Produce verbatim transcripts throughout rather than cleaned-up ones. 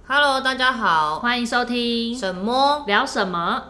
Hello， 大家好， 欢迎收听什么聊什么。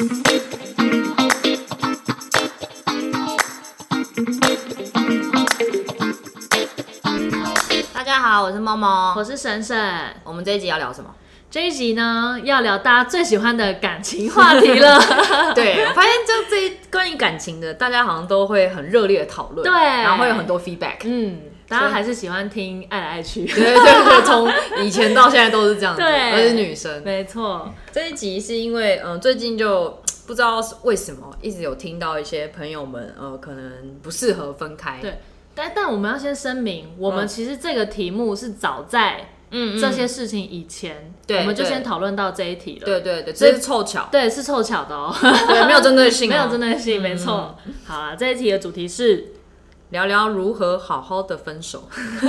大家好，我是猫猫， 我是沈沈。 我们这一集要聊什么？ 这一集呢，要聊大家最喜欢的感情话题了。 对，我发现就这一关于感情的，大家好像都会很热烈的讨论， 对， 然后会有很多 feedback。 嗯，大家还是喜欢听爱来爱去。 对对对，从以前到现在都是这样子， 对， 而是女生。 没错。 这一集是因为，嗯、呃，最近就不知道为什么一直有听到一些朋友们，呃，可能不适合分开。 对，但但我们要先声明，我们其实这个题目是早在。 嗯， 这些事情以前， 对， 我们就先讨论到这一题了。 对对对，这是凑巧， 对，是凑巧的哦， 对，没有针对性、哦， 没有针对性，没错。嗯、好啦，这一题的主题是聊聊如何好好的分手，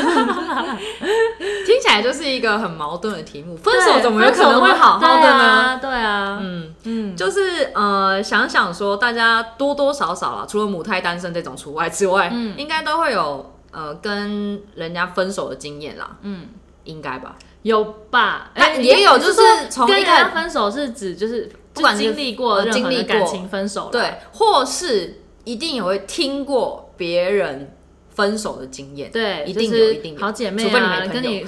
听起来就是一个很矛盾的题目。分手怎么有可能会好好的呢？ 对啊， 嗯嗯，就是呃，想想说，大家多多少少啦，除了母胎单身这种除外之外，嗯、应该都会有呃跟人家分手的经验啦。嗯。应该吧， 有吧？ 但也有就是从跟人家分手是指就是不管经历过任何的感情分手， 对，或是一定也会听过别人分手的经验， 对， 一定有，一定有。 好姐妹啊， 除非你没朋友， 跟你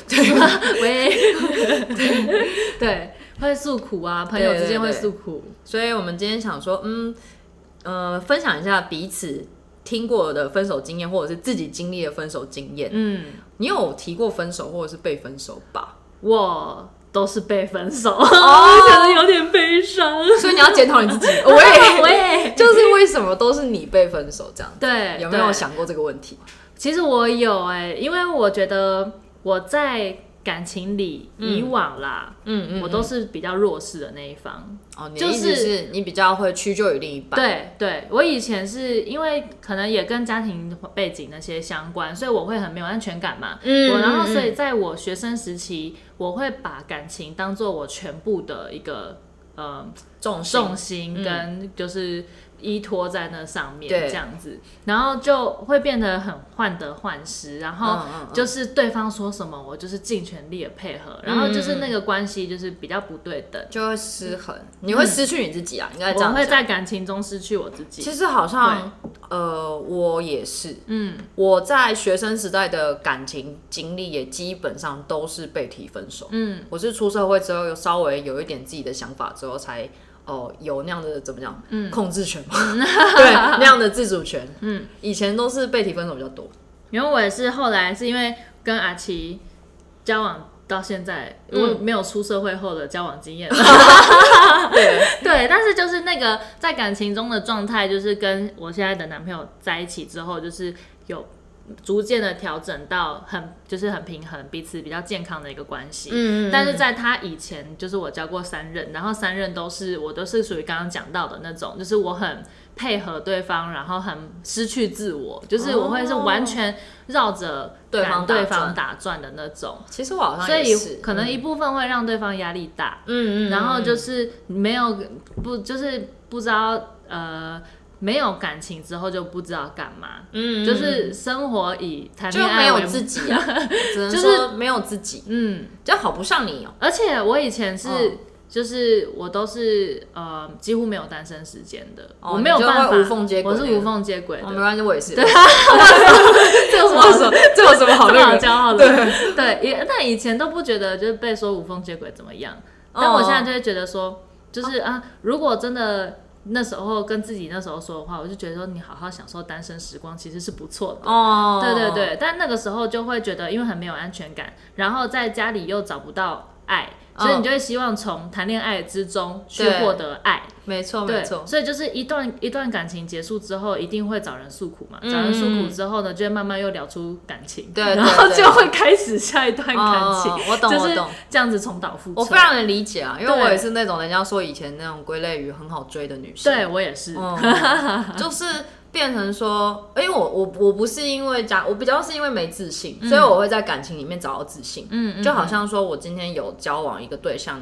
喂，对，会诉苦啊，朋友之间会诉苦。 所以我们今天想说，嗯呃，分享一下彼此听过的分手经验，或者是自己经历的分手经验。嗯。你有提过分手或者是被分手吧？ 我都是被分手，我觉得有点悲伤， 所以你要检讨你自己。我也， 我也， 就是为什么都是你被分手这样？ 对， 有没有想过这个问题？ 其实我有哎、欸，因为我觉得我在感情里、嗯、以往啦，嗯嗯，我都是比较弱势的那一方。 哦，你的意思是你比较会屈就于另一半？ 对对，我以前是因为可能也跟家庭背景那些相关，所以我会很没有安全感嘛。嗯，我然后所以在我学生时期，我会把感情当做我全部的一个呃重心重心跟就是依托在那上面这样子，然后就会变得很患得患失，然后就是对方说什么我就是尽全力的配合，然后就是那个关系就是比较不对等， 就会失衡，你会失去你自己啊，应该这样讲。 我会在感情中失去我自己。 其实好像呃我也是，嗯，我在学生时代的感情经历也基本上都是被提分手，嗯，我是出社会之后又稍微有一点自己的想法之后才。哦，有那样的怎么讲，嗯、控制权嘛？对，那样的自主权。嗯，以前都是被提分手比较多。 因为我也是后来是因为跟阿奇交往到现在，嗯、我没有出社会后的交往经验。对对，但是就是那个在感情中的状态，就是跟我现在的男朋友在一起之后，就是有。逐渐的调整到很就是很平衡，彼此比较健康的一个关系。嗯, 嗯，但是在他以前，就是我交过三任，然后三任都是我都是属于刚刚讲到的那种，就是我很配合对方，然后很失去自我，就是我会是完全绕着对方对方打转的那种。 其实我好像也是， 所以可能一部分会让对方压力大。嗯嗯，然后就是没有不就是不知道呃。没有感情之后就不知道干嘛，嗯，就是生活以谈恋爱为就没有自己啊，只能说没有自己，嗯，就好不像你哦。 而且我以前是，哦、就是我都是呃几乎没有单身时间的，哦、我没有办法无缝接轨， 我是无缝接轨的。 哦、没关系，我也是。 对， 这有什么？这有什么好好骄傲的？对对，也但以前都不觉得就是被说无缝接轨怎么样，但我现在就会觉得说，就是啊，如果真的。那时候跟自己那时候说的话，我就觉得说你好好享受单身时光其实是不错的哦。对对对，但那个时候就会觉得因为很没有安全感，然后在家里又找不到爱，所以你就会希望从谈恋爱之中去获得爱。 没错没错， 所以就是一段一段感情结束之后，一定会找人诉苦嘛。嗯、找人诉苦之后呢，就会慢慢又聊出感情， 对， 然后就会开始下一段感情。 哦、我懂我懂， 这样子重蹈覆辙。 我非常的理解啊，因为我也是那种人家说以前那种归类于很好追的女生。 对我也是， 嗯、就是变成说，因为我我我不是因为家，我比较是因为没自信，嗯、所以我会在感情里面找到自信。嗯，就好像说我今天有交往一个对象，然后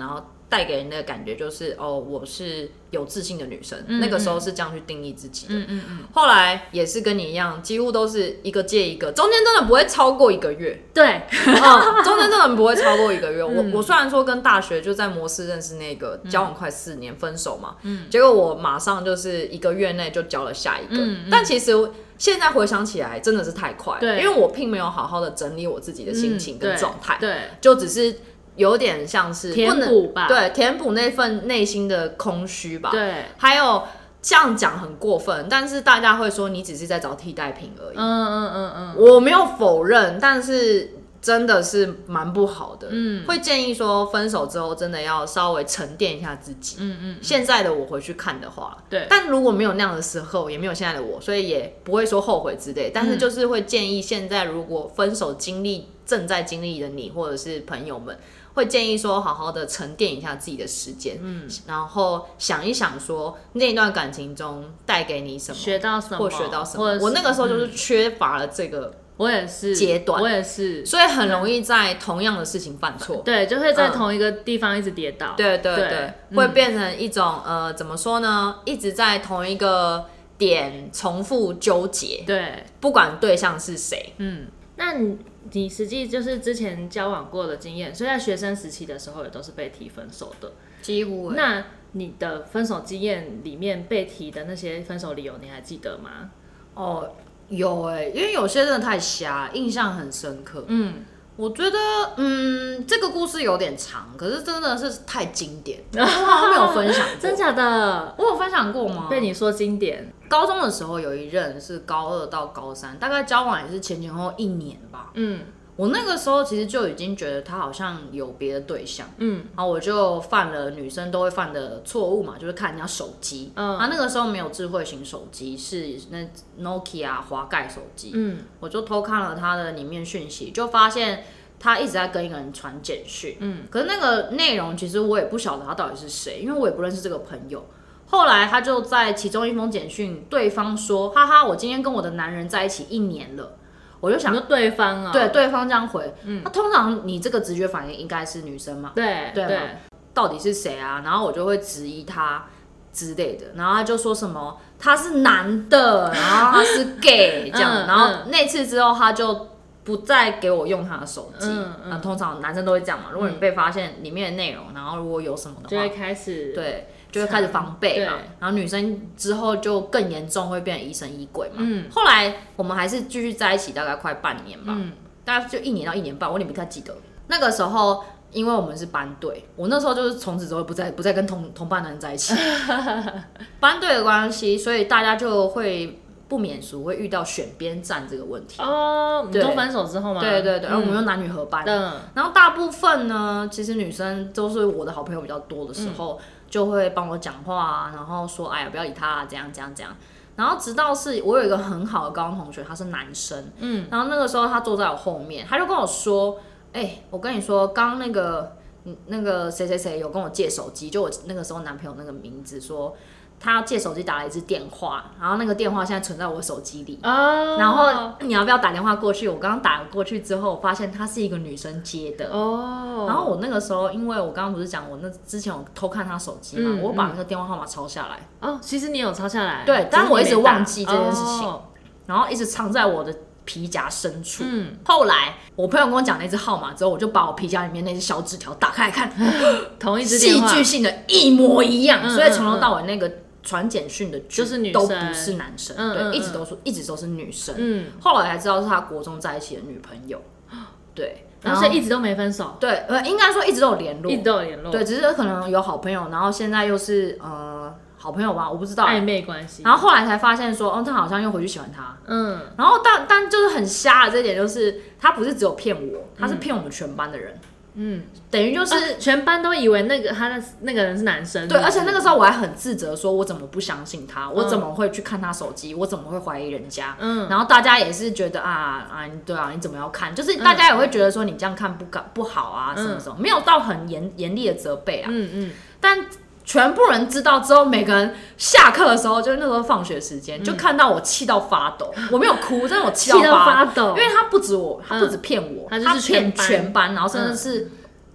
带给人的感觉就是哦，我是有自信的女生， 嗯嗯那个时候是这样去定义自己的。 嗯嗯嗯。 后来也是跟你一样，几乎都是一个接一个，中间真的不会超过一个月。 对， 嗯，中间真的不会超过一个月。 嗯、 我我虽然说跟大学就在摩斯认识那个，交往快四年，分手嘛，嗯，结果我马上就是一个月内就交了下一个，嗯嗯、但其实。现在回想起来真的是太快了，因为我并没有好好的整理我自己的心情跟状态、嗯，对，就只是有点像是填补吧， 对，填补那份内心的空虚吧， 对， 还有这样讲很过分，但是大家会说你只是在找替代品而已，嗯嗯嗯嗯，我没有否认，但是。真的是蛮不好的，嗯，会建议说分手之后真的要稍微沉淀一下自己，嗯 嗯, 嗯。现在的我回去看的话，对，但如果没有那样的时候，也没有现在的我，所以也不会说后悔之类。但是就是会建议现在如果分手经历正在经历的你或者是朋友们，会建议说好好的沉淀一下自己的时间，嗯，然后想一想说那一段感情中带给你什么， 学到什么， 或学到什么。我那个时候就是缺乏了这个。 我也是阶段， 我也是， 所以很容易在同样的事情犯错， 对，就会在同一个地方一直跌倒， 嗯、对对 对, 对、嗯，会变成一种呃，怎么说呢？一直在同一个点重复纠结，对，不管对象是谁， 嗯，那你你实际就是之前交往过的经验，所以在学生时期的时候也都是被提分手的， 几乎。 那你的分手经验里面被提的那些分手理由，你还记得吗？ 哦。有哎、欸，因为有些真的太瞎，印象很深刻。嗯，我觉得，嗯，这个故事有点长，可是真的是太经典，我好像没有分享过。 真假的？ 我有分享过吗？ 被你说经典。 高中的时候有一任是高二到高三，大概交往也是前前后一年吧。嗯。我那个时候其实就已经觉得他好像有别的对象，嗯，然后我就犯了女生都会犯的错误嘛，就是看人家手机，嗯，他那个时候没有智慧型手机，是那 Nokia 滑盖手机，嗯，我就偷看了他的里面讯息，就发现他一直在跟一个人传简讯，嗯，可是那个内容其实我也不晓得他到底是谁，因为我也不认识这个朋友。后来他就在其中一封简讯，对方说：“哈哈，我今天跟我的男人在一起一年了。”我就想说对方啊、喔， 对对方这样回，嗯，那通常你这个直觉反应应该是女生嘛， 对对对，到底是谁啊？然后我就会质疑他之类的，然后他就说什么他是男的，然后他是 gay 这样，嗯、然后那次之后他就不再给我用他的手机，嗯嗯、通常男生都会这样嘛，如果你被发现里面的内容，然后如果有什么的话， 就会开始对。就会开始防备嘛，然后女生之后就更严重，会变成疑神疑鬼嘛。嗯，后来我们还是继续在一起，大概快半年吧，嗯、大概就一年到一年半，我有点不太记得。那个时候，因为我们是班队，我那时候就是从此之后不再不再跟同同班的人在一起，班队的关系，所以大家就会不免俗会遇到选边站这个问题。 哦，你都分手之后吗？ 对对对，然后我们又男女合班，嗯、然后大部分呢，其实女生都是我的好朋友比较多的时候。嗯就会帮我讲话啊，然后说哎呀不要理他啊，这样这样这样。然后直到是我有一个很好的高中同学，他是男生，嗯，然后那个时候他坐在我后面，他就跟我说，哎、欸，我跟你说，刚刚那个那个谁谁谁有跟我借手机，就我那个时候男朋友那个名字说。他要借手机打了一支电话，然后那个电话现在存在我手机里。哦。然后你要不要打电话过去？我刚刚打过去之后，我发现他是一个女生接的。哦。然后我那个时候，因为我刚刚不是讲我那之前我偷看他手机嘛，嗯、我把那个电话号码抄下来。 哦，其实你有抄下来。 对，但是我一直忘记这件事情，哦、然后一直藏在我的皮夹深处。嗯。后来我朋友跟我讲那支号码之后，我就把我皮夹里面那支小纸条打开来看， 同一支电话， 戏剧性的一模一样。嗯、所以从头到尾那个。传简讯的就是女生，都不是男生，嗯、对，嗯、一直都是一直都是女生。嗯，后来才知道是他国中在一起的女朋友，对， 然后所以一直都没分手。 对，呃，应该说一直都有联络， 一直都有联络。 对，只是可能有好朋友，然后现在又是呃好朋友吧，我不知道暧昧关系。 然后后来才发现说，哦，他好像又回去喜欢他。嗯，然后但但就是很瞎的这一点就是，他不是只有骗我，他是骗我们全班的人。嗯，等于就是、 啊、全班都以为那个他的那个人是男生。 对，而且那个时候我还很自责，说我怎么不相信他，嗯、我怎么会去看他手机，我怎么会怀疑人家？嗯，然后大家也是觉得啊啊，对啊，你怎么要看？就是大家也会觉得说你这样看不不好啊，什么什么，没有到很严严厉的责备啊。嗯嗯，但。全部人知道之后，每个人下课的时候，就是那时候放学时间，嗯、就看到我气到发抖。我没有哭，但是我气到发抖，因为他不止我，他不止骗我，嗯、他骗全班，然后甚至是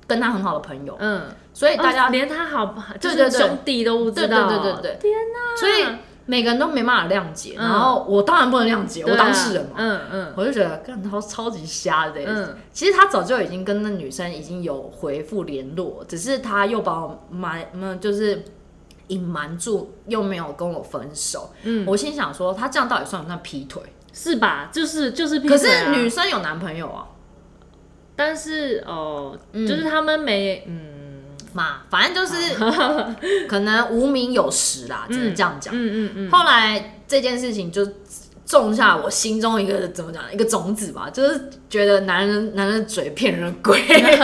跟他很好的朋友， 嗯， 所以大家、 哦、连他好就是兄弟都不知道， 对对对对对， 天哪！ 所以每个人都没办法谅解，嗯、然后我当然不能谅解，我当事人嘛， 嗯嗯， 我就觉得干他超级瞎的、欸， 嗯， 其实他早就已经跟那女生已经有回复联络，只是他又把我瞒，嗯，就是隐瞒住，又没有跟我分手，嗯，我心想说他这样到底算不算劈腿？ 是吧？就是就是劈腿、啊， 可是女生有男朋友啊。 但是哦、嗯，就是他们没嗯嘛，反正就是可能无名有实啦，只能这样讲。 嗯嗯嗯。 后来这件事情就种下我心中一个怎么讲一个种子吧，就是觉得男人男人嘴骗人鬼，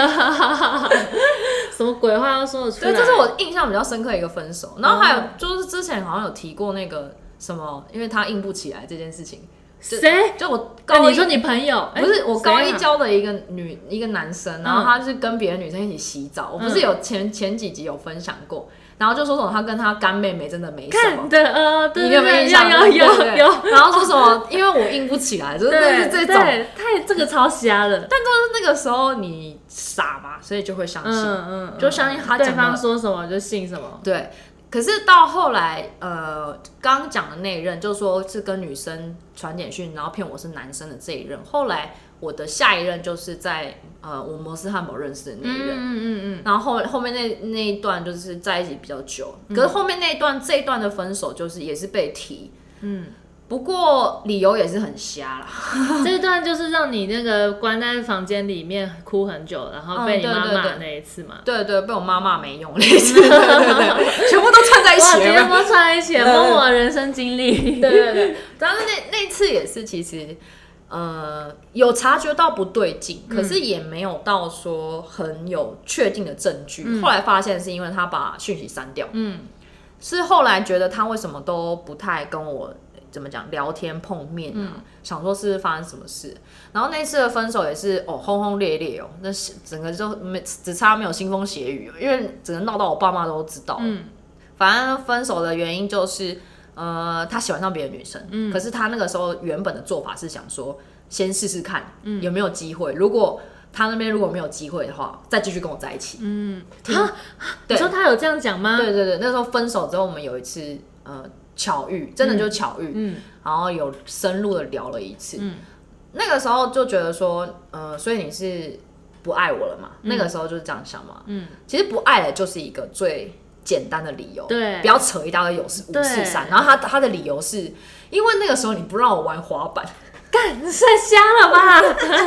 什么鬼话要说得出来？ 对，这是我印象比较深刻的一个分手。然后还有就是之前好像有提过那个什么，因为他硬不起来这件事情。 谁？ 就我高一、 欸、你说你朋友不是我高一啊、 交的一个女一个男生，然后他是跟别的女生一起洗澡，嗯、我不是有前前几集有分享过，然后就说什么他跟他干妹妹真的没什么， 对呃，对你有没有印象？ 有有有有， 然后说什么因为我硬不起来，就是是这种， 对，太这个超瞎的， 但就是那个时候你傻嘛，所以就会相信，嗯嗯，就相信他讲的对方说什么就信什么， 对。可是到后来，呃，刚刚讲的那一任，就说是跟女生传简讯，然后骗我是男生的这一任。后来我的下一任就是在呃我摩斯汉堡认识的那一任，嗯嗯嗯。然后后后面那那一段就是在一起比较久，可是后面那一段这一段的分手就是也是被提，嗯。不过理由也是很瞎啦， 这一段就是让你那个关在房间里面哭很久，然后被你妈骂那一次嘛、嗯。 对 对, 对, 对，被我妈骂没用那一次，对对对，全部都串在一起了， 全部都串在一起了，丰富的人生经历。 对对对，然后那那次也是，其实呃有察觉到不对劲，可是也没有到说很有确定的证据。嗯、后来发现是因为他把讯息删掉，嗯，是后来觉得他为什么都不太跟我。怎么讲聊天碰面啊、嗯？想说是发生什么事，然后那次的分手也是哦轰轰烈烈哦，那整个就没只差没有腥风血雨，因为整个闹到我爸妈都知道了。嗯，反正分手的原因就是呃他喜欢上别的女生，嗯，可是他那个时候原本的做法是想说先试试看、嗯、有没有机会，如果他那边如果没有机会的话，再继续跟我在一起。嗯， 他你说他有这样讲吗？ 对对对，那时候分手之后，我们有一次呃。巧遇，真的就巧遇，嗯，然后有深入的聊了一次，嗯，那个时候就觉得说，呃，所以你是不爱我了嘛？嗯、那个时候就是这样想嘛，嗯，其实不爱了就是一个最简单的理由， 对， 不要扯一大堆有事五四三，然后他他的理由是因为那个时候你不让我玩滑板。 干，你太瞎了吧！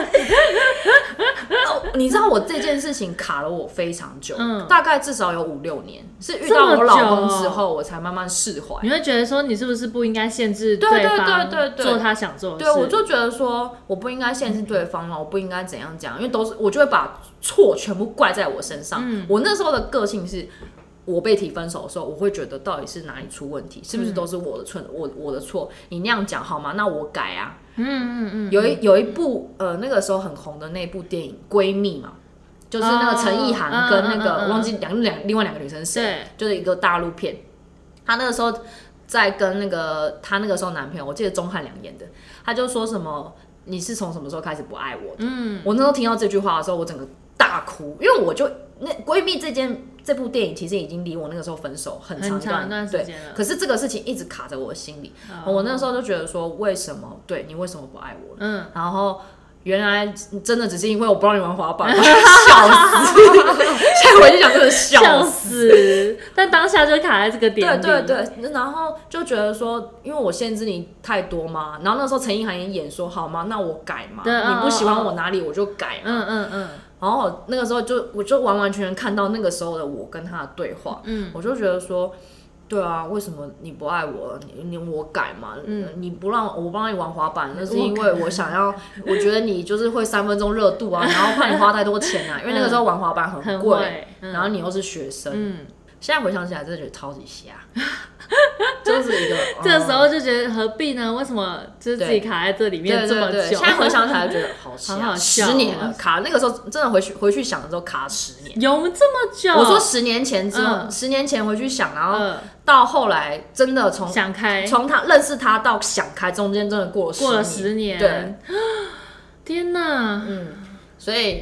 你知道我这件事情卡了我非常久，嗯、大概至少有五六年，是遇到我老公之后，我才慢慢释怀。 你会觉得说，你是不是不应该限制对方做他想做的事？ 对，我就觉得说，我不应该限制对方了，我不应该怎样讲，因为都是我就会把错全部怪在我身上。嗯、我那时候的个性是。我被提分手的时候，我会觉得到底是哪里出问题，是不是都是我的错？嗯、我我的错？你那样讲好吗？那我改啊。嗯嗯嗯。有一有一部呃那个时候很红的那部电影《闺蜜》嘛，就是那个陈意涵跟那个、哦、我忘记两两另外两个女生是谁，就是一个大陆片。她那个时候在跟那个她那个时候男朋友，我记得钟汉良演的，他就说什么你是从什么时候开始不爱我的？嗯，我那时候听到这句话的时候，我整个大哭，因为我就那闺蜜这件。这部电影其实已经离我那个时候分手很长一段， 段时间了。 可是这个事情一直卡在我的心里。Oh. 我那时候就觉得说，为什么对你为什么不爱我？嗯，然后原来真的只是因为我不让你玩滑板，笑死！现在回去想真的笑 死, 笑死。 但当下就卡在这个点。 对对对，然后就觉得说，因为我限制你太多嘛，然后那时候陈意涵也演说，好吗？那我改嘛，你不喜欢我哪里我就改嘛。嗯嗯嗯。然后那个时候就我就完完全全看到那个时候的我跟他的对话，嗯，我就觉得说，对啊，为什么你不爱我了？你你我改嘛，嗯，你不让我不让你玩滑板，那是因为我想要，我觉得你就是会三分钟热度啊，然后怕你花太多钱啊，因为那个时候玩滑板很贵，嗯、然后你又是学生，嗯，现在回想起来真的觉得超级瞎。就是一个， 这个时候就觉得何必呢？为什么就是自己卡在这里面这么久？ 对对对，现在回想起来就觉得好笑，好好笑，十年了，卡那个时候真的回去回去想的时候卡十年， 有这么久？ 我说十年前之后，嗯、十年前回去想，然后到后来真的从想开， 从他认识他到想开，中间真的过了十年， 过了十年， 对， 天哪， 嗯，所以。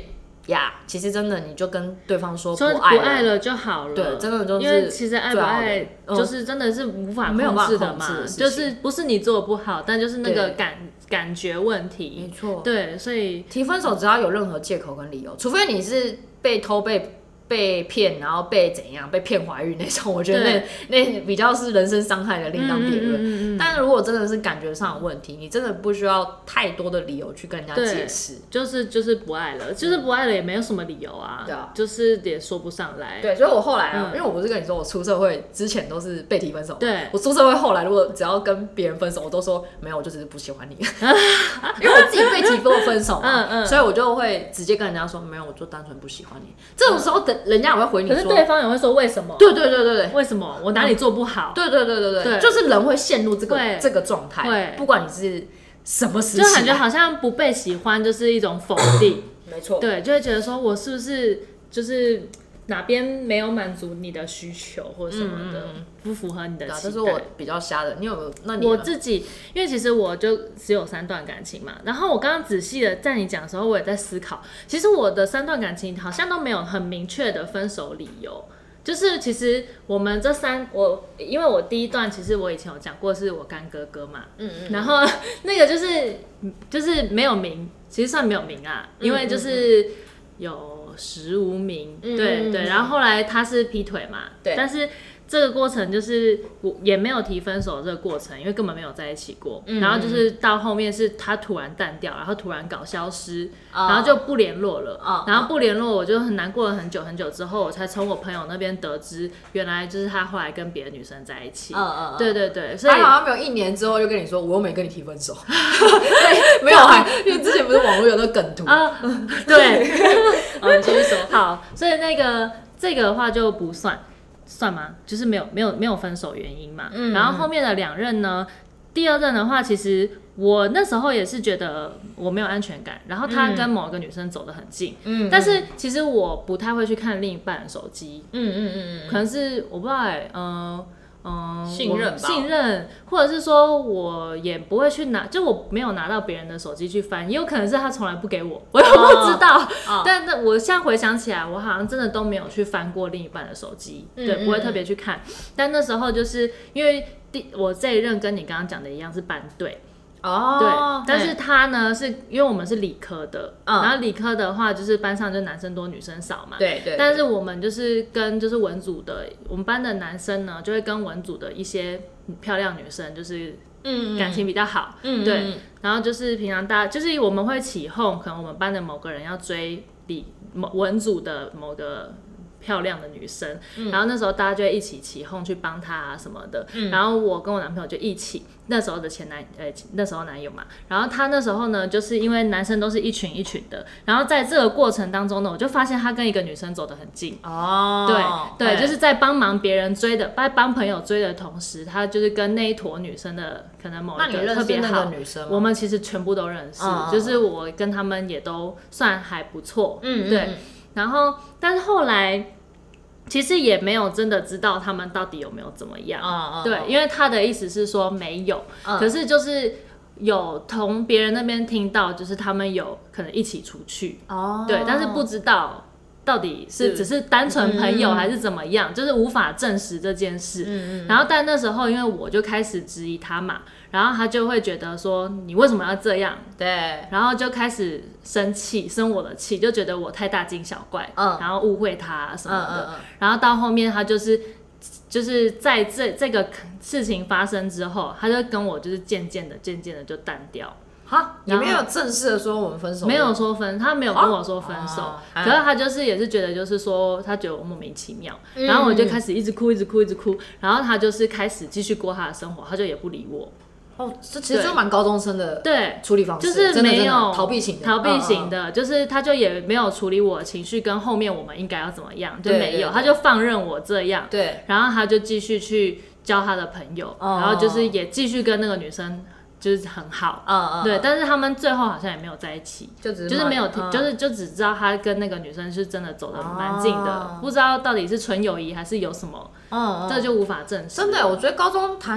呀，其实真的你就跟对方说不说爱了， 不爱了就好了。 对，真的就是因为其实爱不爱就是真的是无法控制的嘛， 嗯、 就是不是你做的不好，但就是那个感感觉问题。 没错， 对，所以提分手只要有任何借口跟理由，除非你是被偷被。被骗，然后被怎样被骗怀孕那种，我觉得那那比较是人身伤害的另当别论。嗯嗯嗯嗯，但如果真的是感觉上有问题，你真的不需要太多的理由去跟人家解释， 就是就是不爱了，就是不爱了也没有什么理由啊，对啊，就是也说不上来。 对，所以我后来啊，嗯、因为我不是跟你说我出社会之前都是被提分手， 对， 我出社会后来如果只要跟别人分手，我都说没有，我就只是不喜欢你，因为我自己被提过分手嘛，嗯嗯，所以我就会直接跟人家说没有，我就单纯不喜欢你。这种时候等人家也会回你。 可是对方也会说为什么？ 对对对对对， 为什么我哪里做不好？ 嗯、对对对对对，就是人会陷入这个这个状态，不管你是什么时期， 就感觉好像不被喜欢就是一种否定， 没错， 对，就会觉得说我是不是就是哪边没有满足你的需求或者什么的，嗯、不符合你的期待。 这是我比较瞎的，你有没有？那你我自己，因为其实我就只有三段感情嘛，然后我刚刚仔细的在你讲的时候，我也在思考，其实我的三段感情好像都没有很明确的分手理由。就是其实我们这三我，因为我第一段其实我以前有讲过是我干哥哥嘛，嗯嗯，然后那个就是就是没有名，其实算没有名啊，因为就是有实无名，嗯、对对，然后后来他是劈腿嘛，对，但是这个过程就是我也没有提分手这个过程，因为根本没有在一起过。嗯、然后就是到后面是他突然淡掉，然后突然搞消失，哦、然后就不联络了。哦、然后不联络，我就很难过了很久很久之后，我才从我朋友那边得知，原来就是他后来跟别的女生在一起。嗯嗯对对对，所以他好像没有一年之后就跟你说，我又没跟你提分手。对，没有还，因为之前不是网络有那个梗图啊。 对，好，你继续说。好，所以那个这个的话就不算。算吗？就是没有没有没有分手原因嘛。嗯、然后后面的两任呢，第二任的话，其实我那时候也是觉得我没有安全感，然后他跟某个女生走得很近，嗯，但是其实我不太会去看另一半的手机，嗯嗯嗯嗯，可能是我不知道哎、欸，嗯、呃。嗯， 信任吧， 信任，或者是说我也不会去拿，就我没有拿到别人的手机去翻，也有可能是他从来不给我，我也不知道。哦、但那我现在回想起来，我好像真的都没有去翻过另一半的手机，嗯、对，不会特别去看。但那时候就是因为第我这一任跟你刚刚讲的一样是班队。哦，对，但是他呢，是因为我们是理科的，嗯、然后理科的话就是班上就男生多女生少嘛， 对 对, 对。 但是我们就是跟就是文组的，我们班的男生呢，就会跟文组的一些漂亮女生就是感情比较好，嗯，对。嗯、然后就是平常大家就是我们会起哄，可能我们班的某个人要追理某文组的某个漂亮的女生，嗯、然后那时候大家就会一起起哄去帮她啊什么的，嗯、然后我跟我男朋友就一起，那时候的前男呃那时候男友嘛，然后他那时候呢，就是因为男生都是一群一群的，然后在这个过程当中呢，我就发现他跟一个女生走得很近，哦，对对，就是在帮忙别人追的，在帮朋友追的同时，他就是跟那一坨女生的可能某一个特别好， 女生我们其实全部都认识，哦、就是我跟他们也都算还不错，嗯，对，嗯、然后但是后来。其实也没有真的知道他们到底有没有怎么样，嗯、对，因为他的意思是说没有，嗯、可是就是有从别人那边听到，就是他们有可能一起出去，哦，对，但是不知道到底是只是单纯朋友还是怎么样，嗯、就是无法证实这件事。嗯嗯然后但那时候因为我就开始质疑他嘛，然后他就会觉得说你为什么要这样？对，然后就开始生气，生我的气，就觉得我太大惊小怪，嗯、然后误会他什么的。嗯嗯嗯然后到后面他就是就是在这这个事情发生之后，他就跟我就是渐渐的、渐渐的就淡掉。 哈，你没有正式的说我们分手？ 没有说分，他没有跟我说分手，啊、可是他就是也是觉得就是说他觉得我莫名其妙，嗯、然后我就开始一直哭，一直哭，一直哭，然后他就是开始继续过他的生活，他就也不理我。 哦，这其实就蛮高中生的对处理方式， 就是没有逃避型的， 逃避型的，嗯嗯就是他就也没有处理我的情绪，跟后面我们应该要怎么样就没有，对对对他就放任我这样，对，然后他就继续去交他的朋友，哦、然后就是也继续跟那个女生。就是很好，嗯嗯，对，但是他们最后好像也没有在一起，就只是就是没有，嗯、就是就只知道他跟那个女生是真的走得蛮近的，哦、不知道到底是纯友谊还是有什么，嗯嗯，这就无法证实。 真的，我觉得高中谈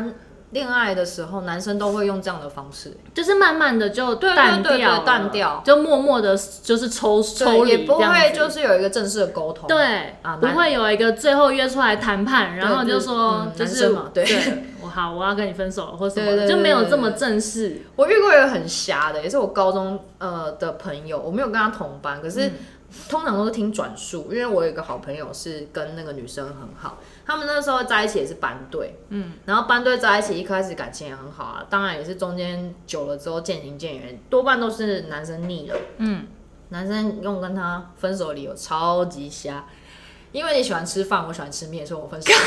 恋爱的时候，男生都会用这样的方式， 就是慢慢的就淡掉了， 对对对对淡掉， 就默默的，就是抽抽离， 也不会就是有一个正式的沟通， 对，啊、不会有一个最后约出来谈判，然后就说就是、嗯、 嘛，对， 对我好，我要跟你分手了，或什么的，对对对对对，就没有这么正式。 我遇过一个很瞎的，也是我高中呃的朋友，我没有跟他同班，可是。嗯通常都是听转述，因为我有一个好朋友是跟那个女生很好，他们那时候在一起也是班队，嗯，然后班队在一起一开始感情也很好啊，当然也是中间久了之后渐行渐远，多半都是男生腻了，嗯，男生用跟他分手的理由超级瞎，因为你喜欢吃饭，我喜欢吃面，所以我分手。这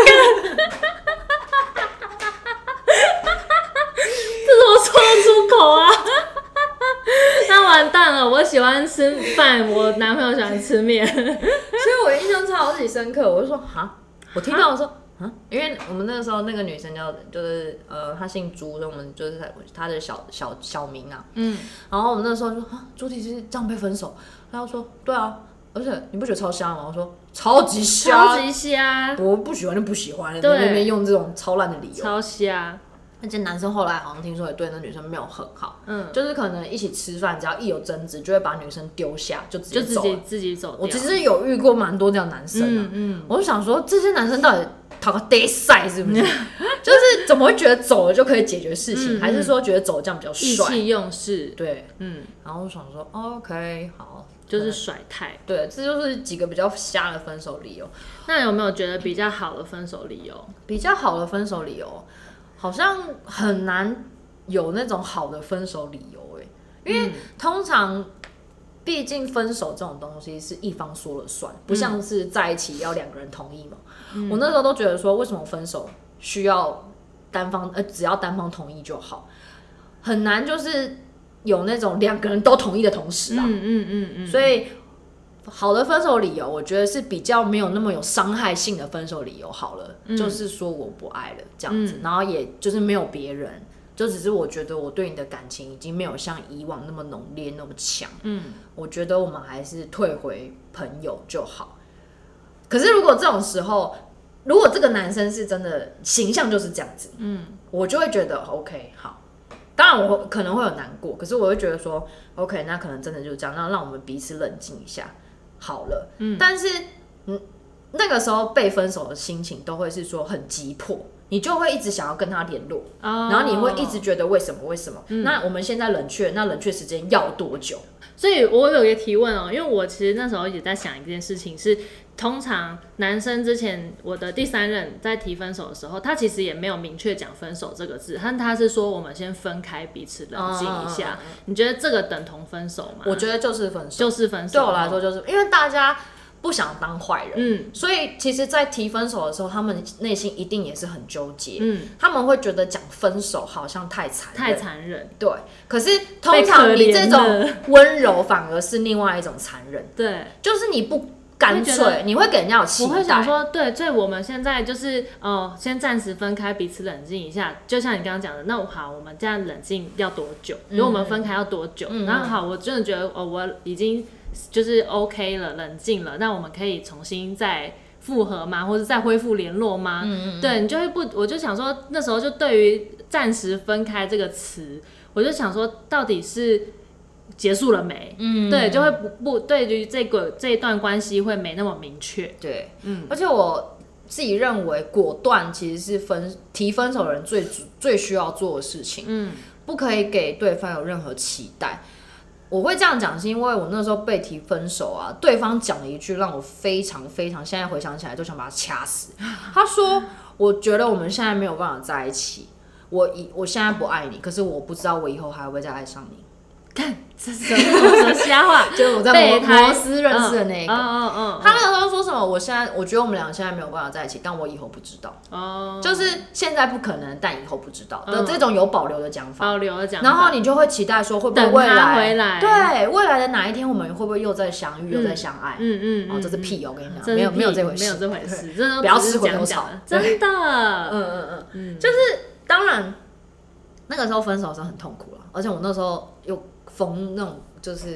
怎么说得出口啊？那完蛋了！我喜欢吃饭，我男朋友喜欢吃面，所以我印象超级深刻。我就说哈，我听到我说啊，因为我们那个时候那个女生叫就是呃，她姓朱，所以我们就是她的小小小名啊。嗯，然后我们那时候就说啊，朱迪是这样被分手，她就说对啊，而且你不觉得超瞎吗？我说超级瞎， 超级瞎， 我不喜欢就不喜欢，在那边用这种超烂的理由， 超瞎。 而且男生后来好像听说也对那女生没有很好，嗯，就是可能一起吃饭，只要一有争执，就会把女生丢下，就直接走了， 就自己自己走掉。 我其实有遇过蛮多这样男生啊，嗯嗯，我就想说这些男生到底讨个 day 赛是不是？就是怎么会觉得走了就可以解决事情，嗯嗯，还是说觉得走这样比较帅？ 意气用事， 对，嗯，然后我想说 OK 好， 就是甩态， 对，这就是几个比较瞎的分手理由。 那有没有觉得比较好的分手理由？ 比较好的分手理由。好像很难有那种好的分手理由哎，因为通常，毕竟分手这种东西是一方说了算，不像是在一起要两个人同意嘛。嗯、我那时候都觉得说，为什么分手需要单方呃只要单方同意就好，很难就是有那种两个人都同意的同时啊。嗯嗯嗯嗯，所以。好的分手理由，我觉得是比较没有那么有伤害性的分手理由好了，嗯、就是说我不爱了这样子，嗯、然后也就是没有别人，就只是我觉得我对你的感情已经没有像以往那么浓烈那么强，嗯，我觉得我们还是退回朋友就好。可是如果这种时候，如果这个男生是真的形象就是这样子，嗯，我就会觉得 OK 好。当然我可能会有难过，可是我会觉得说 OK， 那可能真的就是这样，那让我们彼此冷静一下。好了，嗯，但是，嗯，那个时候被分手的心情都会是说很急迫，你就会一直想要跟他联络，哦、然后你会一直觉得为什么为什么？嗯、那我们现在冷却，那冷却时间要多久？ 所以我有一个提问哦，因为我其实那时候也在想一件事情是，通常男生之前我的第三任在提分手的时候，他其实也没有明确讲分手这个字，但他是说我们先分开，彼此冷静一下。嗯、你觉得这个等同分手吗？ 我觉得就是分手， 就是分手。 对我来说，就是因为大家不想当坏人，嗯，所以其实，在提分手的时候，他们内心一定也是很纠结，嗯，他们会觉得讲分手好像太残忍， 太残忍， 对。可是通常你这种温柔反而是另外一种残忍， 对， 就是你不干脆，你会给人家有期待。 我会想说，对，所以我们现在就是哦、呃，先暂时分开，彼此冷静一下。就像你刚刚讲的，那好，我们这样冷静要多久？如果我们分开要多久？嗯、然后好，我真的觉得哦，我已经。就是 OK 了，冷静了，那我们可以重新再复合吗？或者再恢复联络吗？嗯嗯对，你就会不，我就想说，那时候就对于暂时分开这个词，我就想说，到底是结束了没？嗯，对，就会不不对于这个这一段关系会没那么明确。 对，嗯，而且我自己认为，果断其实是分提分手的人最最需要做的事情。嗯，不可以给对方有任何期待。我会这样讲，是因为我那时候被提分手啊，对方讲了一句让我非常非常，现在回想起来都想把他掐死。他说：“我觉得我们现在没有办法在一起，我以我现在不爱你，可是我不知道我以后还会不会再爱上你。” 看这是什么瞎话？ 就是我在摩摩斯认识的那个， 嗯嗯嗯， 他那个时候说什么？我现在我觉得我们俩现在没有办法在一起，但我以后不知道。哦，就是现在不可能，但以后不知道的这种有保留的讲法， 保留的讲法。 然后你就会期待说，会不会未来回来？ 对，未来的哪一天我们会不会又再相遇，又再相爱？嗯嗯，哦，这是屁哦，我跟你讲，没有没有这回事， 没有这回事， 不要吃回头草， 真的。 嗯嗯嗯，就是当然那个时候分手的时候很痛苦了，而且我那时候又缝那种就是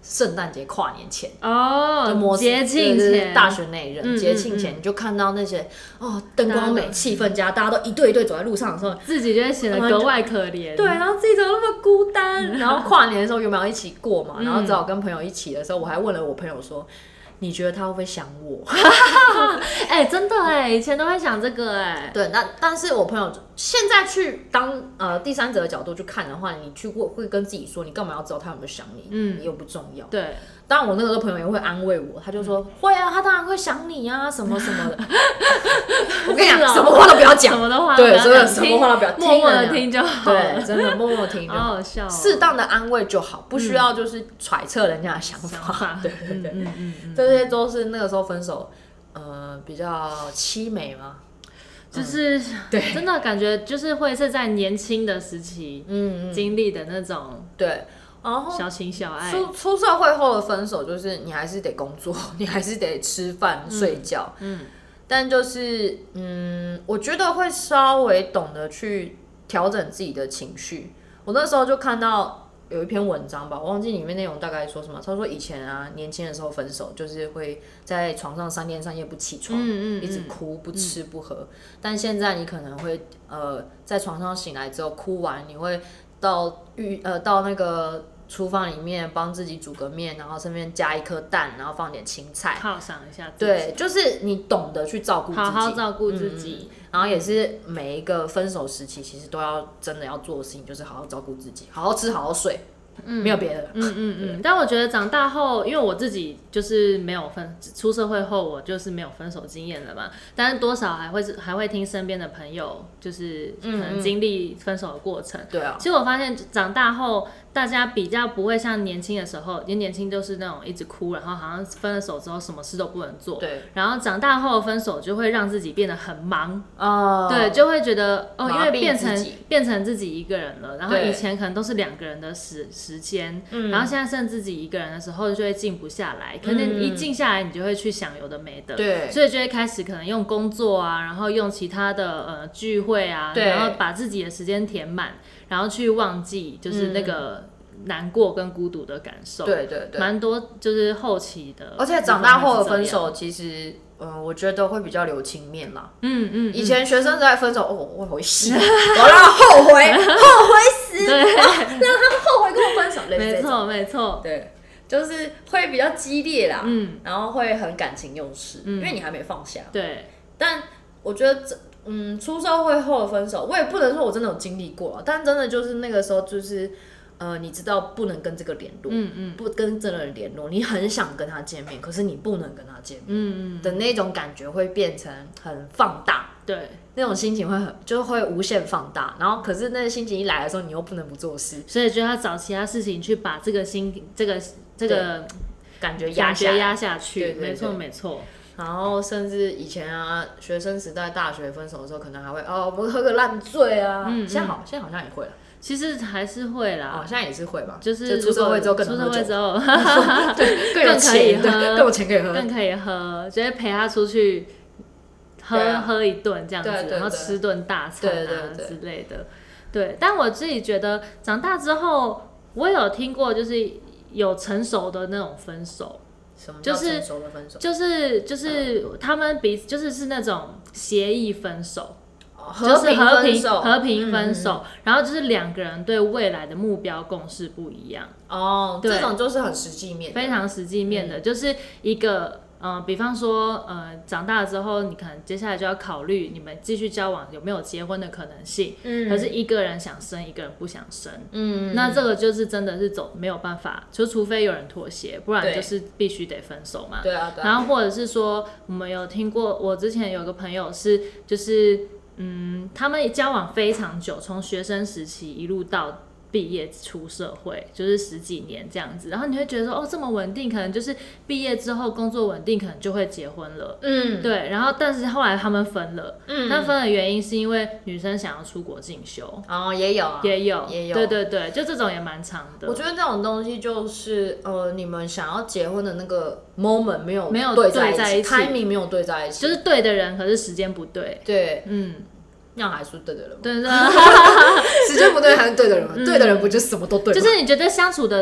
圣诞节、跨年前哦，节庆前， 大学那一任节庆前，你就看到那些哦灯光美、气氛佳，大家都一对一对走在路上的时候， 自己就会显得格外可怜。 对，然后自己怎么那么孤单？然后跨年的时候原本要一起过嘛，然后只好跟朋友一起的时候，我还问了我朋友说。你觉得他会不会想我？ 哎、欸，真的哎，以前都会想这个哎。 对，那但是我朋友现在去当呃第三者的角度去看的话，你去过会跟自己说，你干嘛要知道他有没有想你？嗯，你又不重要。 对。 当然，我那个时候朋友也会安慰我，他就说、嗯、会啊，他当然会想你啊，什么什么的。我跟你讲，什么话都不要讲， 什么的话都不要讲， 对，什么话都不要听，默默的听就好了。 对，真的默默听就好， 好好笑、哦。 适当的安慰就好，不需要就是揣测人家的想法。嗯、对对对，嗯嗯嗯、这些都是那个时候分手，呃，比较凄美嘛。 就是、 嗯、对， 真的感觉就是会是在年轻的时期，嗯，经历的那种， 对。然后小情小爱， 出出社会后的分手，就是你还是得工作，你还是得吃饭、嗯、睡觉，嗯，但就是嗯，我觉得会稍微懂得去调整自己的情绪。我那时候就看到有一篇文章吧，我忘记里面内容大概说什么。他说以前啊，年轻的时候分手，就是会在床上三天三夜不起床，嗯嗯嗯一直哭不吃不喝。嗯、但现在你可能会呃在床上醒来之后，哭完你会到浴呃到那个。厨房里面帮自己煮个面，然后上面加一颗蛋，然后放点青菜， 犒赏一下自己。 对，就是你懂得去照顾自己， 好好照顾自己、 嗯。然后也是每一个分手时期，其实都要真的要做的事情，就是好好照顾自己，好好吃，好好睡。嗯、没有别的了。 嗯嗯嗯。但我觉得长大后，因为我自己就是没有分出社会后，我就是没有分手经验了嘛。但是多少还会还会听身边的朋友，就是可能经历分手的过程。 对啊、嗯。 其实我发现长大后，大家比较不会像年轻的时候，因为年轻就是那种一直哭，然后好像分了手之后什么事都不能做。 对。 然后长大后分手就会让自己变得很忙。哦。对，就会觉得哦，因为变成变成自己一个人了，然后以前可能都是两个人的时时间，嗯、然后现在剩自己一个人的时候，就会静不下来。可能一静下来，你就会去想有的没的。 对。 所以就会开始可能用工作啊，然后用其他的呃聚会啊，然后把自己的时间填满，然后去忘记就是那个。难过跟孤独的感受， 对对对， 蛮多就是后期的， 而且长大后的分手，其实，嗯，我觉得会比较留情面啦。嗯嗯，以前学生在分手，哦，我好气，我要让他后悔，后悔死， 对， 让他后悔跟我分手， 没错没错， 对，就是会比较激烈啦，嗯，然后会很感情用事，因为你还没放下， 对， 但我觉得这。嗯，出社会后的分手，我也不能说我真的有经历过，但真的就是那个时候，就是呃，你知道不能跟这个联络，嗯嗯，不跟这个人联络，你很想跟他见面，可是你不能跟他见面，嗯嗯的那种感觉会变成很放大， 对， 那种心情会很就会无限放大，然后可是那个心情一来的时候，你又不能不做事， 所以就要找其他事情去把这个心这个这个感觉压下压下去， 对对对没错没错。 然后甚至以前啊，学生时代、大学分手的时候，可能还会哦，我们喝个烂醉啊。嗯，现在好，现在好像也会了。 其实还是会啦， 哦，现在也是会吧。 就是出社会之后更出社会之后， 对，更有钱，更有钱可以喝， 更可以喝，直接陪他出去喝、啊、喝一顿这样子， 对对对， 然后吃顿大餐啊对对对之类的。对，但我自己觉得长大之后，我有听过就是有成熟的那种分手。 什么叫成熟的分手？ 就是就是就是他们彼此就是是那种协议分手， 和平分手， 和平分手，嗯、然后就是两个人对未来的目标共识不一样。 哦，这种就是很实际面的， 非常实际面的，嗯、就是一个。嗯、呃，比方说，呃，长大了之后，你可能接下来就要考虑你们继续交往有没有结婚的可能性。嗯，可是一个人想生，一个人不想生。嗯，那这个就是真的是走没有办法，就除非有人妥协，不然就是必须得分手嘛。 对啊，对啊。 然后或者是说，我们有听过，我之前有个朋友是，就是嗯，他们交往非常久，从学生时期一路到。毕业出社会就是十几年这样子，然后你会觉得说哦这么稳定，可能就是毕业之后工作稳定，可能就会结婚了。嗯，对。然后但是后来他们分了，嗯，但分的原因是因为女生想要出国进修。 哦，也有、啊， 也有， 也有。 对对对，就这种也蛮长的。 我觉得这种东西就是呃，你们想要结婚的那个 moment 没有没有对在一起 ，timing 没有对在一起， 就是对的人，可是时间不对。 对， 嗯。 那样还是对的人吗？ 对对， 时间不对还是对的人吗？嗯、对的人不就什么都对吗？ 就是你觉得相处的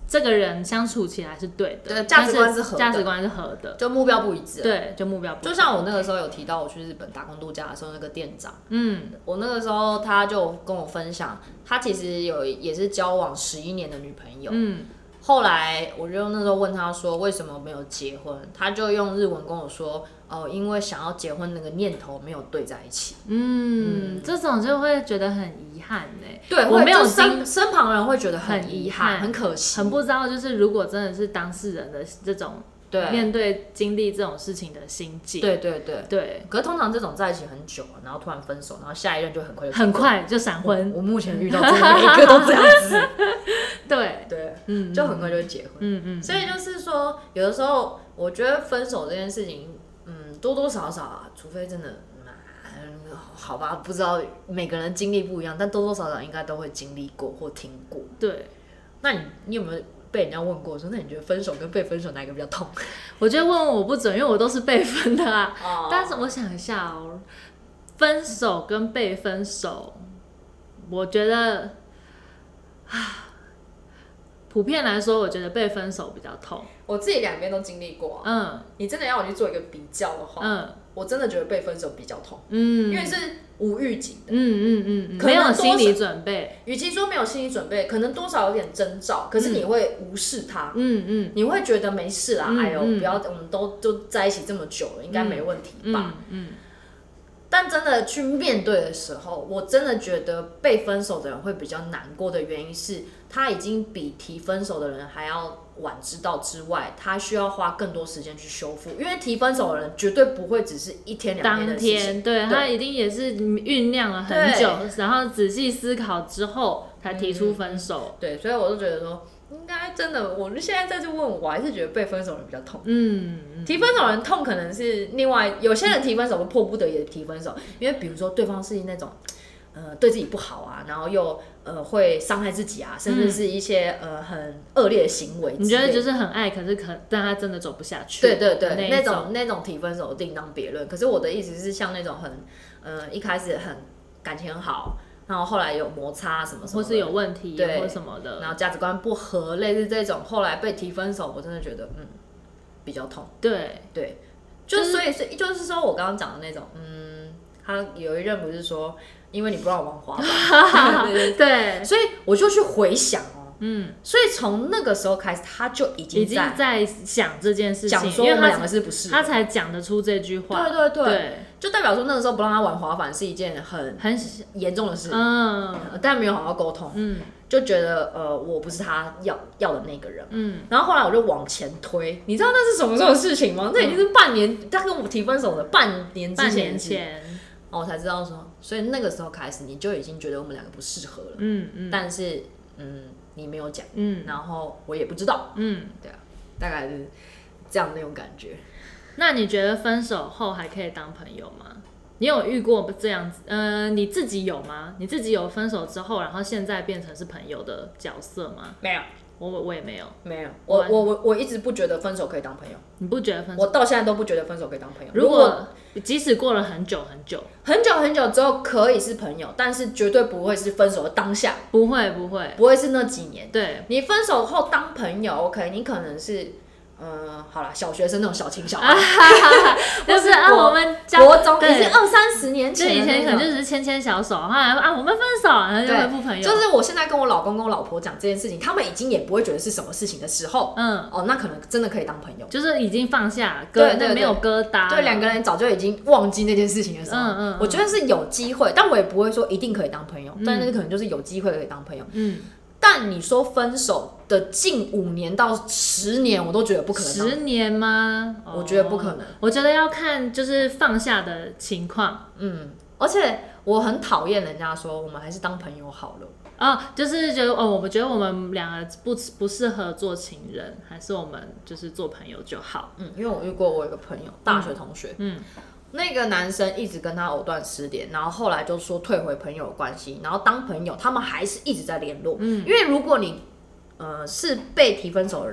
这个人相处起来是对的， 对，价值观是合的， 价值观是合的， 就目标不一致。 对，就目标不一致。 就像我那个时候有提到，我去日本打工度假的时候，那个店长，嗯，我那个时候他就跟我分享，他其实有也是交往十一年的女朋友，嗯。后来我就那时候问他说为什么没有结婚，他就用日文跟我说，哦、呃，因为想要结婚那个念头没有对在一起。嗯， 嗯这种就会觉得很遗憾呢。 对， 我没有身身旁人会觉得很遗憾，很可惜， 很不知道就是如果真的是当事人的这种。对，面对经历这种事情的心境， 对对对对。 可是通常这种在一起很久，然后突然分手，然后下一任就很快就很快就闪婚。 我, 我目前遇到真的每一个都这样子。 对对，嗯，就很快就结婚。嗯嗯。所以就是说，有的时候我觉得分手这件事情，嗯，多多少少啊，除非真的，嗯，好吧，不知道每个人经历不一样，但多多少少应该都会经历过或听过。 对。 那你你有没有？被人家问过说，那你觉得分手跟被分手哪一个比较痛？ 我觉得问我不准，因为我都是被分的啊。Oh. 但是我想一下哦，分手跟被分手，我觉得啊，普遍来说，我觉得被分手比较痛。 我自己两边都经历过、啊。嗯，你真的要我去做一个比较的话，嗯，我真的觉得被分手比较痛。嗯，因为是无预警的。嗯嗯嗯， 没有心理准备。 与其说没有心理准备，可能多少有点征兆，可是你会无视它。嗯嗯，你会觉得没事啦，嗯、哎呦，不要，我们都都在一起这么久了，应该没问题吧？嗯。嗯但真的去面对的时候，我真的觉得被分手的人会比较难过的原因是，他已经比提分手的人还要晚知道之外，他需要花更多时间去修复。因为提分手的人绝对不会只是一天两天的事情， 当天，对，对他一定也是酝酿了很久，然后仔细思考之后才提出分手。 嗯、对，所以我就觉得说。应该真的，我现在再去问我，我还是觉得被分手的人比较痛。嗯，嗯提分手的人痛可能是另外有些人提分手会迫不得已的提分手，因为比如说对方是那种呃对自己不好啊，然后又呃会伤害自己啊，甚至是一些、嗯、呃很恶劣的行为。 你觉得就是很爱，可是可但他真的走不下去。 对对对，那种那种提分手另当别论。可是我的意思是像那种很呃一开始很感情很好。然后后来有摩擦什么什么的， 或是有问题，对，或什么的， 然后价值观不合，类似这种，后来被提分手，我真的觉得嗯比较痛。对对，就、就是、所以是就是说我刚刚讲的那种，嗯，他有一任不是说因为你不让我玩滑板，对, 对, 对，所以我就去回想哦，嗯，所以从那个时候开始，他就已经在已经在想这件事情， 讲说我们两个是不是他才讲得出这句话， 对对 对, 对。就代表说那个时候不让他玩滑板是一件很很严重的事，嗯，但没有好好沟通，嗯，就觉得呃我不是他要要的那个人，嗯，然后后来我就往前推，你知道那是什么时候的事情吗？那已经是半年，他跟我提分手的半年之前，半年前，哦，我才知道说，所以那个时候开始你就已经觉得我们两个不适合了，嗯嗯，但是嗯你没有讲，嗯，然后我也不知道，嗯，对啊，大概是这样那种感觉。 那你觉得分手后还可以当朋友吗？你有遇过这样子？呃，你自己有吗？你自己有分手之后，然后现在变成是朋友的角色吗？ 没有， 我我也没有， 没有。我我我我一直不觉得分手可以当朋友。 你不觉得分手？ 我到现在都不觉得分手可以当朋友。 如果即使过了很久很久很久很久之后可以是朋友，但是绝对不会是分手的当下。 不会不会不会是那几年。 对， 你分手后当朋友 ，OK， 你可能是。嗯，好啦，小学生那种小情小爱， 就是啊，我们国中已经二三十年前， 就以前可能就只是牵牵小手，后来啊我们分手，然后就恢复朋友。 就是我现在跟我老公跟我老婆讲这件事情，他们已经也不会觉得是什么事情的时候，嗯，哦，那可能真的可以当朋友， 就是已经放下，对对，没有疙瘩， 对，两个人早就已经忘记那件事情的时候，嗯嗯，我觉得是有机会，但我也不会说一定可以当朋友，但是可能就是有机会可以当朋友，嗯。但你说分手的近五年到十年，我都觉得不可能。 十年吗？ 我觉得不可能。 哦、我觉得要看就是放下的情况。 嗯，而且我很讨厌人家说我们还是当朋友好了。 哦，就是觉得哦，我们觉得我们两个不不适合做情人，还是我们就是做朋友就好。 嗯，因为我遇过我有个朋友，大学同学，嗯。嗯那个男生一直跟他藕断丝连，然后后来就说退回朋友的关系，然后当朋友，他们还是一直在联络。嗯，因为如果你呃是被提分手的人，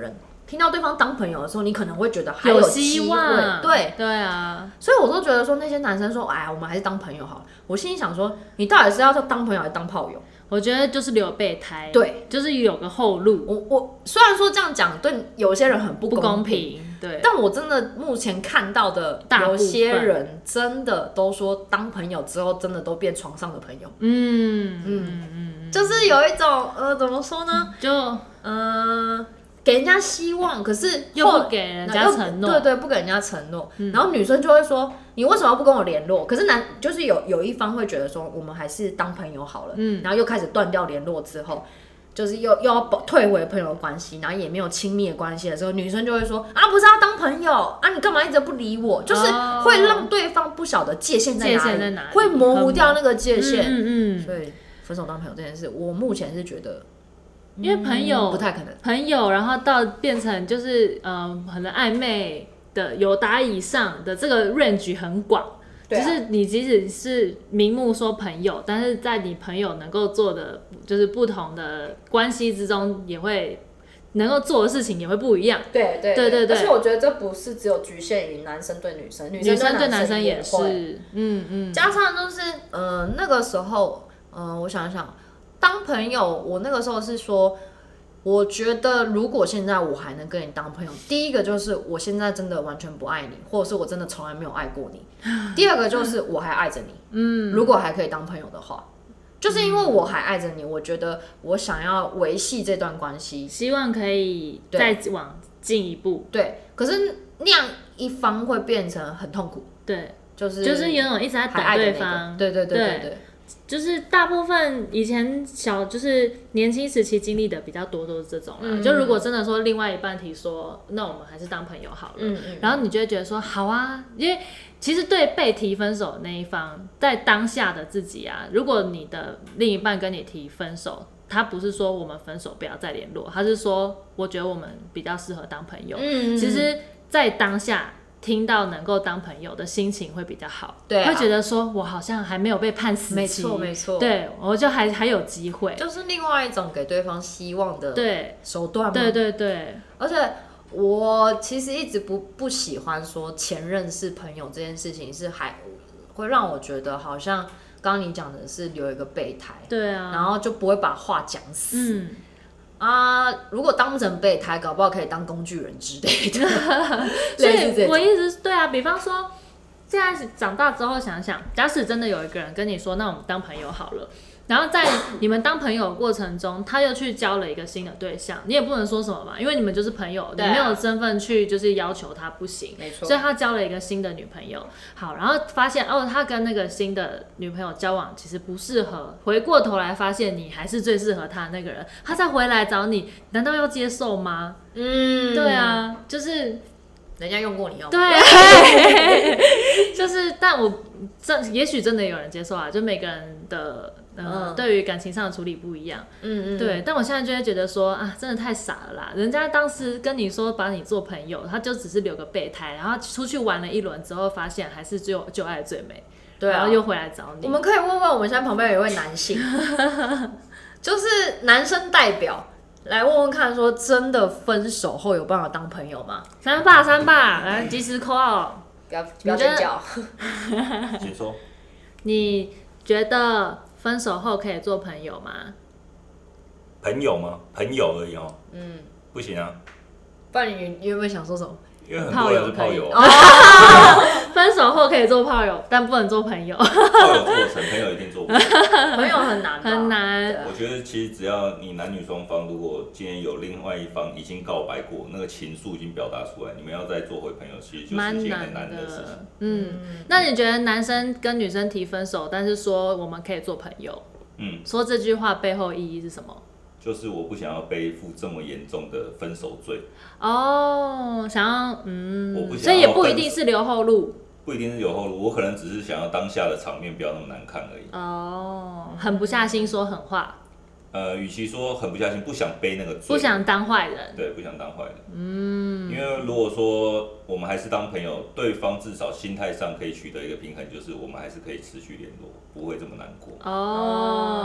听到对方当朋友的时候，你可能会觉得还有机会， 希望， 对对啊， 所以我都觉得说那些男生说，哎，我们还是当朋友好了。我心里想说，你到底是要当朋友还是当炮友？ 我觉得就是留备胎， 对， 就是有个后路。 我我虽然说这样讲对有些人很不不公平， 平，对， 但我真的目前看到的有些人真的都说当朋友之后，真的都变床上的朋友。 嗯嗯嗯， 就是有一种呃，怎么说呢？ 就呃。给人家希望，可是又不给人家承诺， 对对，不给人家承诺、嗯。然后女生就会说：“你为什么不跟我联络？”可是男就是有有一方会觉得说：“我们还是当朋友好了。”嗯，然后又开始断掉联络之后，就是又又要退回朋友的关系，然后也没有亲密的关系的时候，女生就会说：“啊，不是要当朋友啊，你干嘛一直不理我？”就是会让对方不晓得界限在哪里， 界限在哪里会模糊掉那个界限。 嗯 嗯, 嗯， 所以分手当朋友这件事，我目前是觉得。 因为朋友、 嗯、不太可能， 朋友，然后到变成就是嗯，可能暧昧的有达以上的这个 range 很广， 对啊、 就是你即使是明目说朋友，但是在你朋友能够做的就是不同的关系之中，也会能够做的事情也会不一样。 对对对对对， 而且我觉得这不是只有局限于男生对女生，女生对男生也是，嗯嗯， 加上就是呃那个时候，呃我想想。当朋友，我那个时候是说，我觉得如果现在我还能跟你当朋友，第一个就是我现在真的完全不爱你，或者是我真的从来没有爱过你。第二个就是我还爱着你，嗯，如果还可以当朋友的话，就是因为我还爱着你，我觉得我想要维系这段关系， 希望可以再往进一步。 对，可是那样一方会变成很痛苦， 对， 就是就是有种一直在等对方， 那個、对对对对对。 就是大部分以前小就是年轻时期经历的比较多都是这种啦、嗯，就如果真的说另外一半提说，那我们还是当朋友好了，嗯嗯，然后你就会觉得说好啊，因为其实对被提分手的那一方，在当下的自己啊，如果你的另一半跟你提分手，他不是说我们分手不要再联络，他是说我觉得我们比较适合当朋友，嗯，其实，在当下。听到能够当朋友的心情会比较好，对、啊，会觉得说我好像还没有被判死期， 没错没错， 对，我就还还有机会， 就是另外一种给对方希望的手段嘛， 对对对， 而且我其实一直不不喜欢说前任是朋友这件事情，是还会让我觉得好像刚刚你讲的是留一个备胎， 对啊， 然后就不会把话讲死， 嗯。 啊，如果当不成备胎，搞不好可以当工具人之类的。 所以我一直对啊，比方说，现在长大之后想想，假使真的有一个人跟你说，那我们当朋友好了。然后在你们当朋友的过程中，他又去交了一个新的对象，你也不能说什么嘛，因为你们就是朋友，你没有身份去就是要求他不行， 没错。 所以他交了一个新的女朋友，好，然后发现哦，他跟那个新的女朋友交往其实不适合，回过头来发现你还是最适合他的那个人，他再回来找你，难道要接受吗？嗯，对啊，就是人家用过你用过， 对，就是，但我这也许真的有人接受啊，就每个人的。呃、嗯，对于感情上的处理不一样，嗯嗯，对，但我现在就会觉得说啊，真的太傻了啦！人家当时跟你说把你做朋友，他就只是留个备胎，然后出去玩了一轮之后，发现还是就就爱最美，对、啊，然后又回来找你。 我们可以问问我们现在旁边有一位男性，就是男生代表，来问问看，说真的分手后有办法当朋友吗？ 三爸三爸，来及时 call 哦， 不要不要尖叫， 请说， 你觉得？分手后可以做朋友吗？ 朋友吗？朋友而已哦。嗯，不行啊。 不然你你有没有想说什么？ 因为很多人是炮友。 分手后可以做炮友，但不能做朋友。 炮友做成，朋友一定做不成。 朋友很难， 很难。 我觉得其实只要你男女双方，如果今天有另外一方已经告白过，那个情愫已经表达出来，你们要再做回朋友，其实就是一件很难的事情。 嗯，那你觉得男生跟女生提分手，但是说我们可以做朋友，嗯，说这句话背后意义是什么？ 就是我不想要背负这么严重的分手罪。 哦，想要嗯， 我不想要， 所以也不一定是留后路， 不一定是留后路，我可能只是想要当下的场面不要那么难看而已。 哦，狠不下心说狠话。 呃，与其说狠不下心，不想背那个罪， 不想当坏人， 对，不想当坏人。嗯，因为如果说我们还是当朋友，对方至少心态上可以取得一个平衡，就是我们还是可以持续联络，不会这么难过。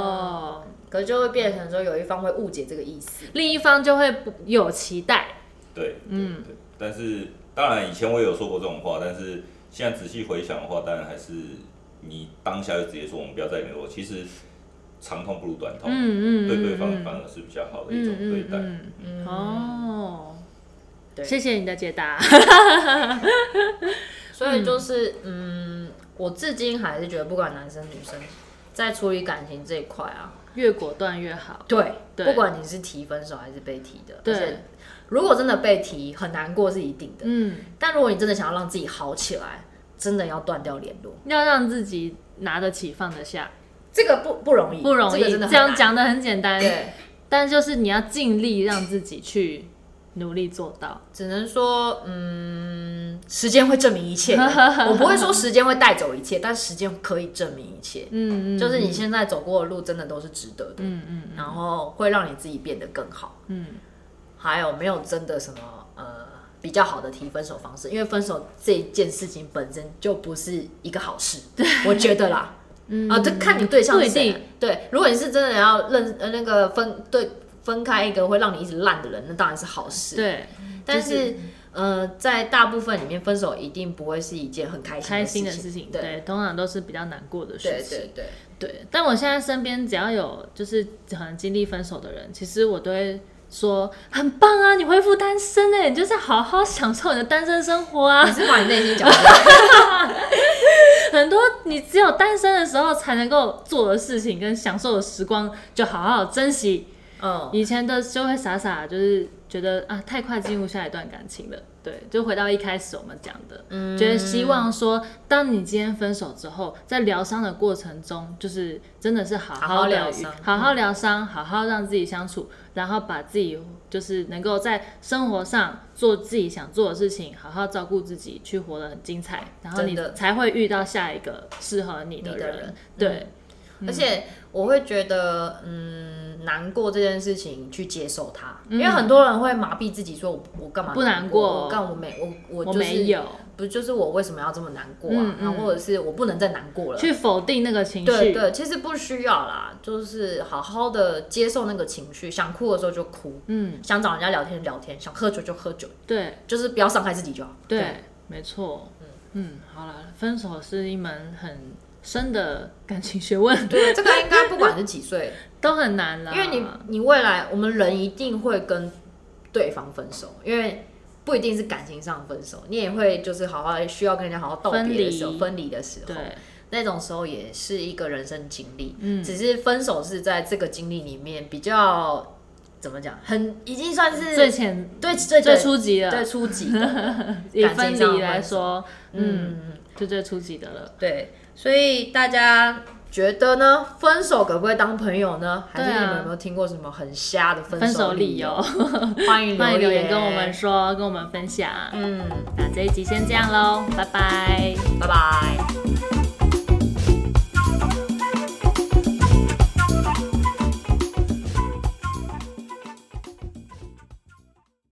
哦，可是就会变成说有一方会误解这个意思， 另一方就会有期待。 对，嗯，对。但是当然以前我也有说过这种话，但是现在仔细回想的话，当然还是你当下就直接说我们不要再联络，其实长痛不如短痛，嗯嗯，对对方反而是比较好的一种对待。嗯嗯嗯、 哦，谢谢你的解答。 所以就是嗯，我至今还是觉得，不管男生女生，在处理感情这一块啊， 越果断越好。 对，不管你是提分手还是被提的，而且如果真的被提，很难过是一定的。嗯，但如果你真的想要让自己好起来，真的要断掉联络， 要让自己拿得起放得下， 这个不不容易， 不容易。 这, 这样讲的很简单，对，但就是你要尽力让自己去努力做到。 只能说，嗯，时间会证明一切。我不会说时间会带走一切，但时间可以证明一切。嗯嗯，就是你现在走过的路，真的都是值得的。嗯嗯，然后会让你自己变得更好。嗯，还有没有真的什么呃比较好的提分手方式？因为分手这件事情本身就不是一个好事，我觉得啦。嗯啊，这看你对象是谁。对，如果你是真的要认呃那个分对。分开一个会让你一直烂的人，那当然是好事。 对， 但是、就是、呃，在大部分里面，分手一定不会是一件很开心的事情。 开心的事情，对，对，通常都是比较难过的事情。 对对对对。但我现在身边只要有就是可能经历分手的人，其实我都会说很棒啊，你恢复单身哎，你就是好好享受你的单身生活啊。 你是把你内心讲出来。 很多你只有单身的时候才能够做的事情跟享受的时光，就好好珍惜。嗯，以前的就会傻傻，就是觉得啊，太快进入下一段感情了。对，就回到一开始我们讲的，嗯，觉得希望说，当你今天分手之后，在疗伤的过程中，就是真的是好好疗伤，好好疗伤，好好让自己相处，然后把自己就是能够在生活上做自己想做的事情，好好照顾自己，去活得很精彩，然后你才会遇到下一个适合你的人。的人对。 嗯，而且我会觉得，嗯，难过这件事情去接受它，嗯，因为很多人会麻痹自己说，我我干嘛不难过？ 我干我没我我、就是、 我没有， 不就是我为什么要这么难过啊？嗯嗯，然后或者是我不能再难过了， 去否定那个情绪。 对对，其实不需要啦，就是好好的接受那个情绪，想哭的时候就哭，嗯，想找人家聊天聊天，想喝酒就喝酒， 对， 就是不要伤害自己就好。 对，对没错，嗯嗯，好啦，分手是一门很深的感情学问， 对，这个应该不管是几岁都很难啦。 因为你你未来我们人一定会跟对方分手，因为不一定是感情上分手，你也会就是好好需要跟人家好好道别的时候，分离的时候，对，那种时候也是一个人生经历。嗯，只是分手是在这个经历里面比较怎么讲，很已经算是最前对最最初级了， 最初级的以分离来说，嗯，就最初级的了。 对。所以大家觉得呢？分手可不可以当朋友呢？还是你们有没有听过什么很瞎的分手理由？欢迎欢迎留言跟我们说，跟我们分享。嗯，那这一集先这样喽，拜拜， 拜拜。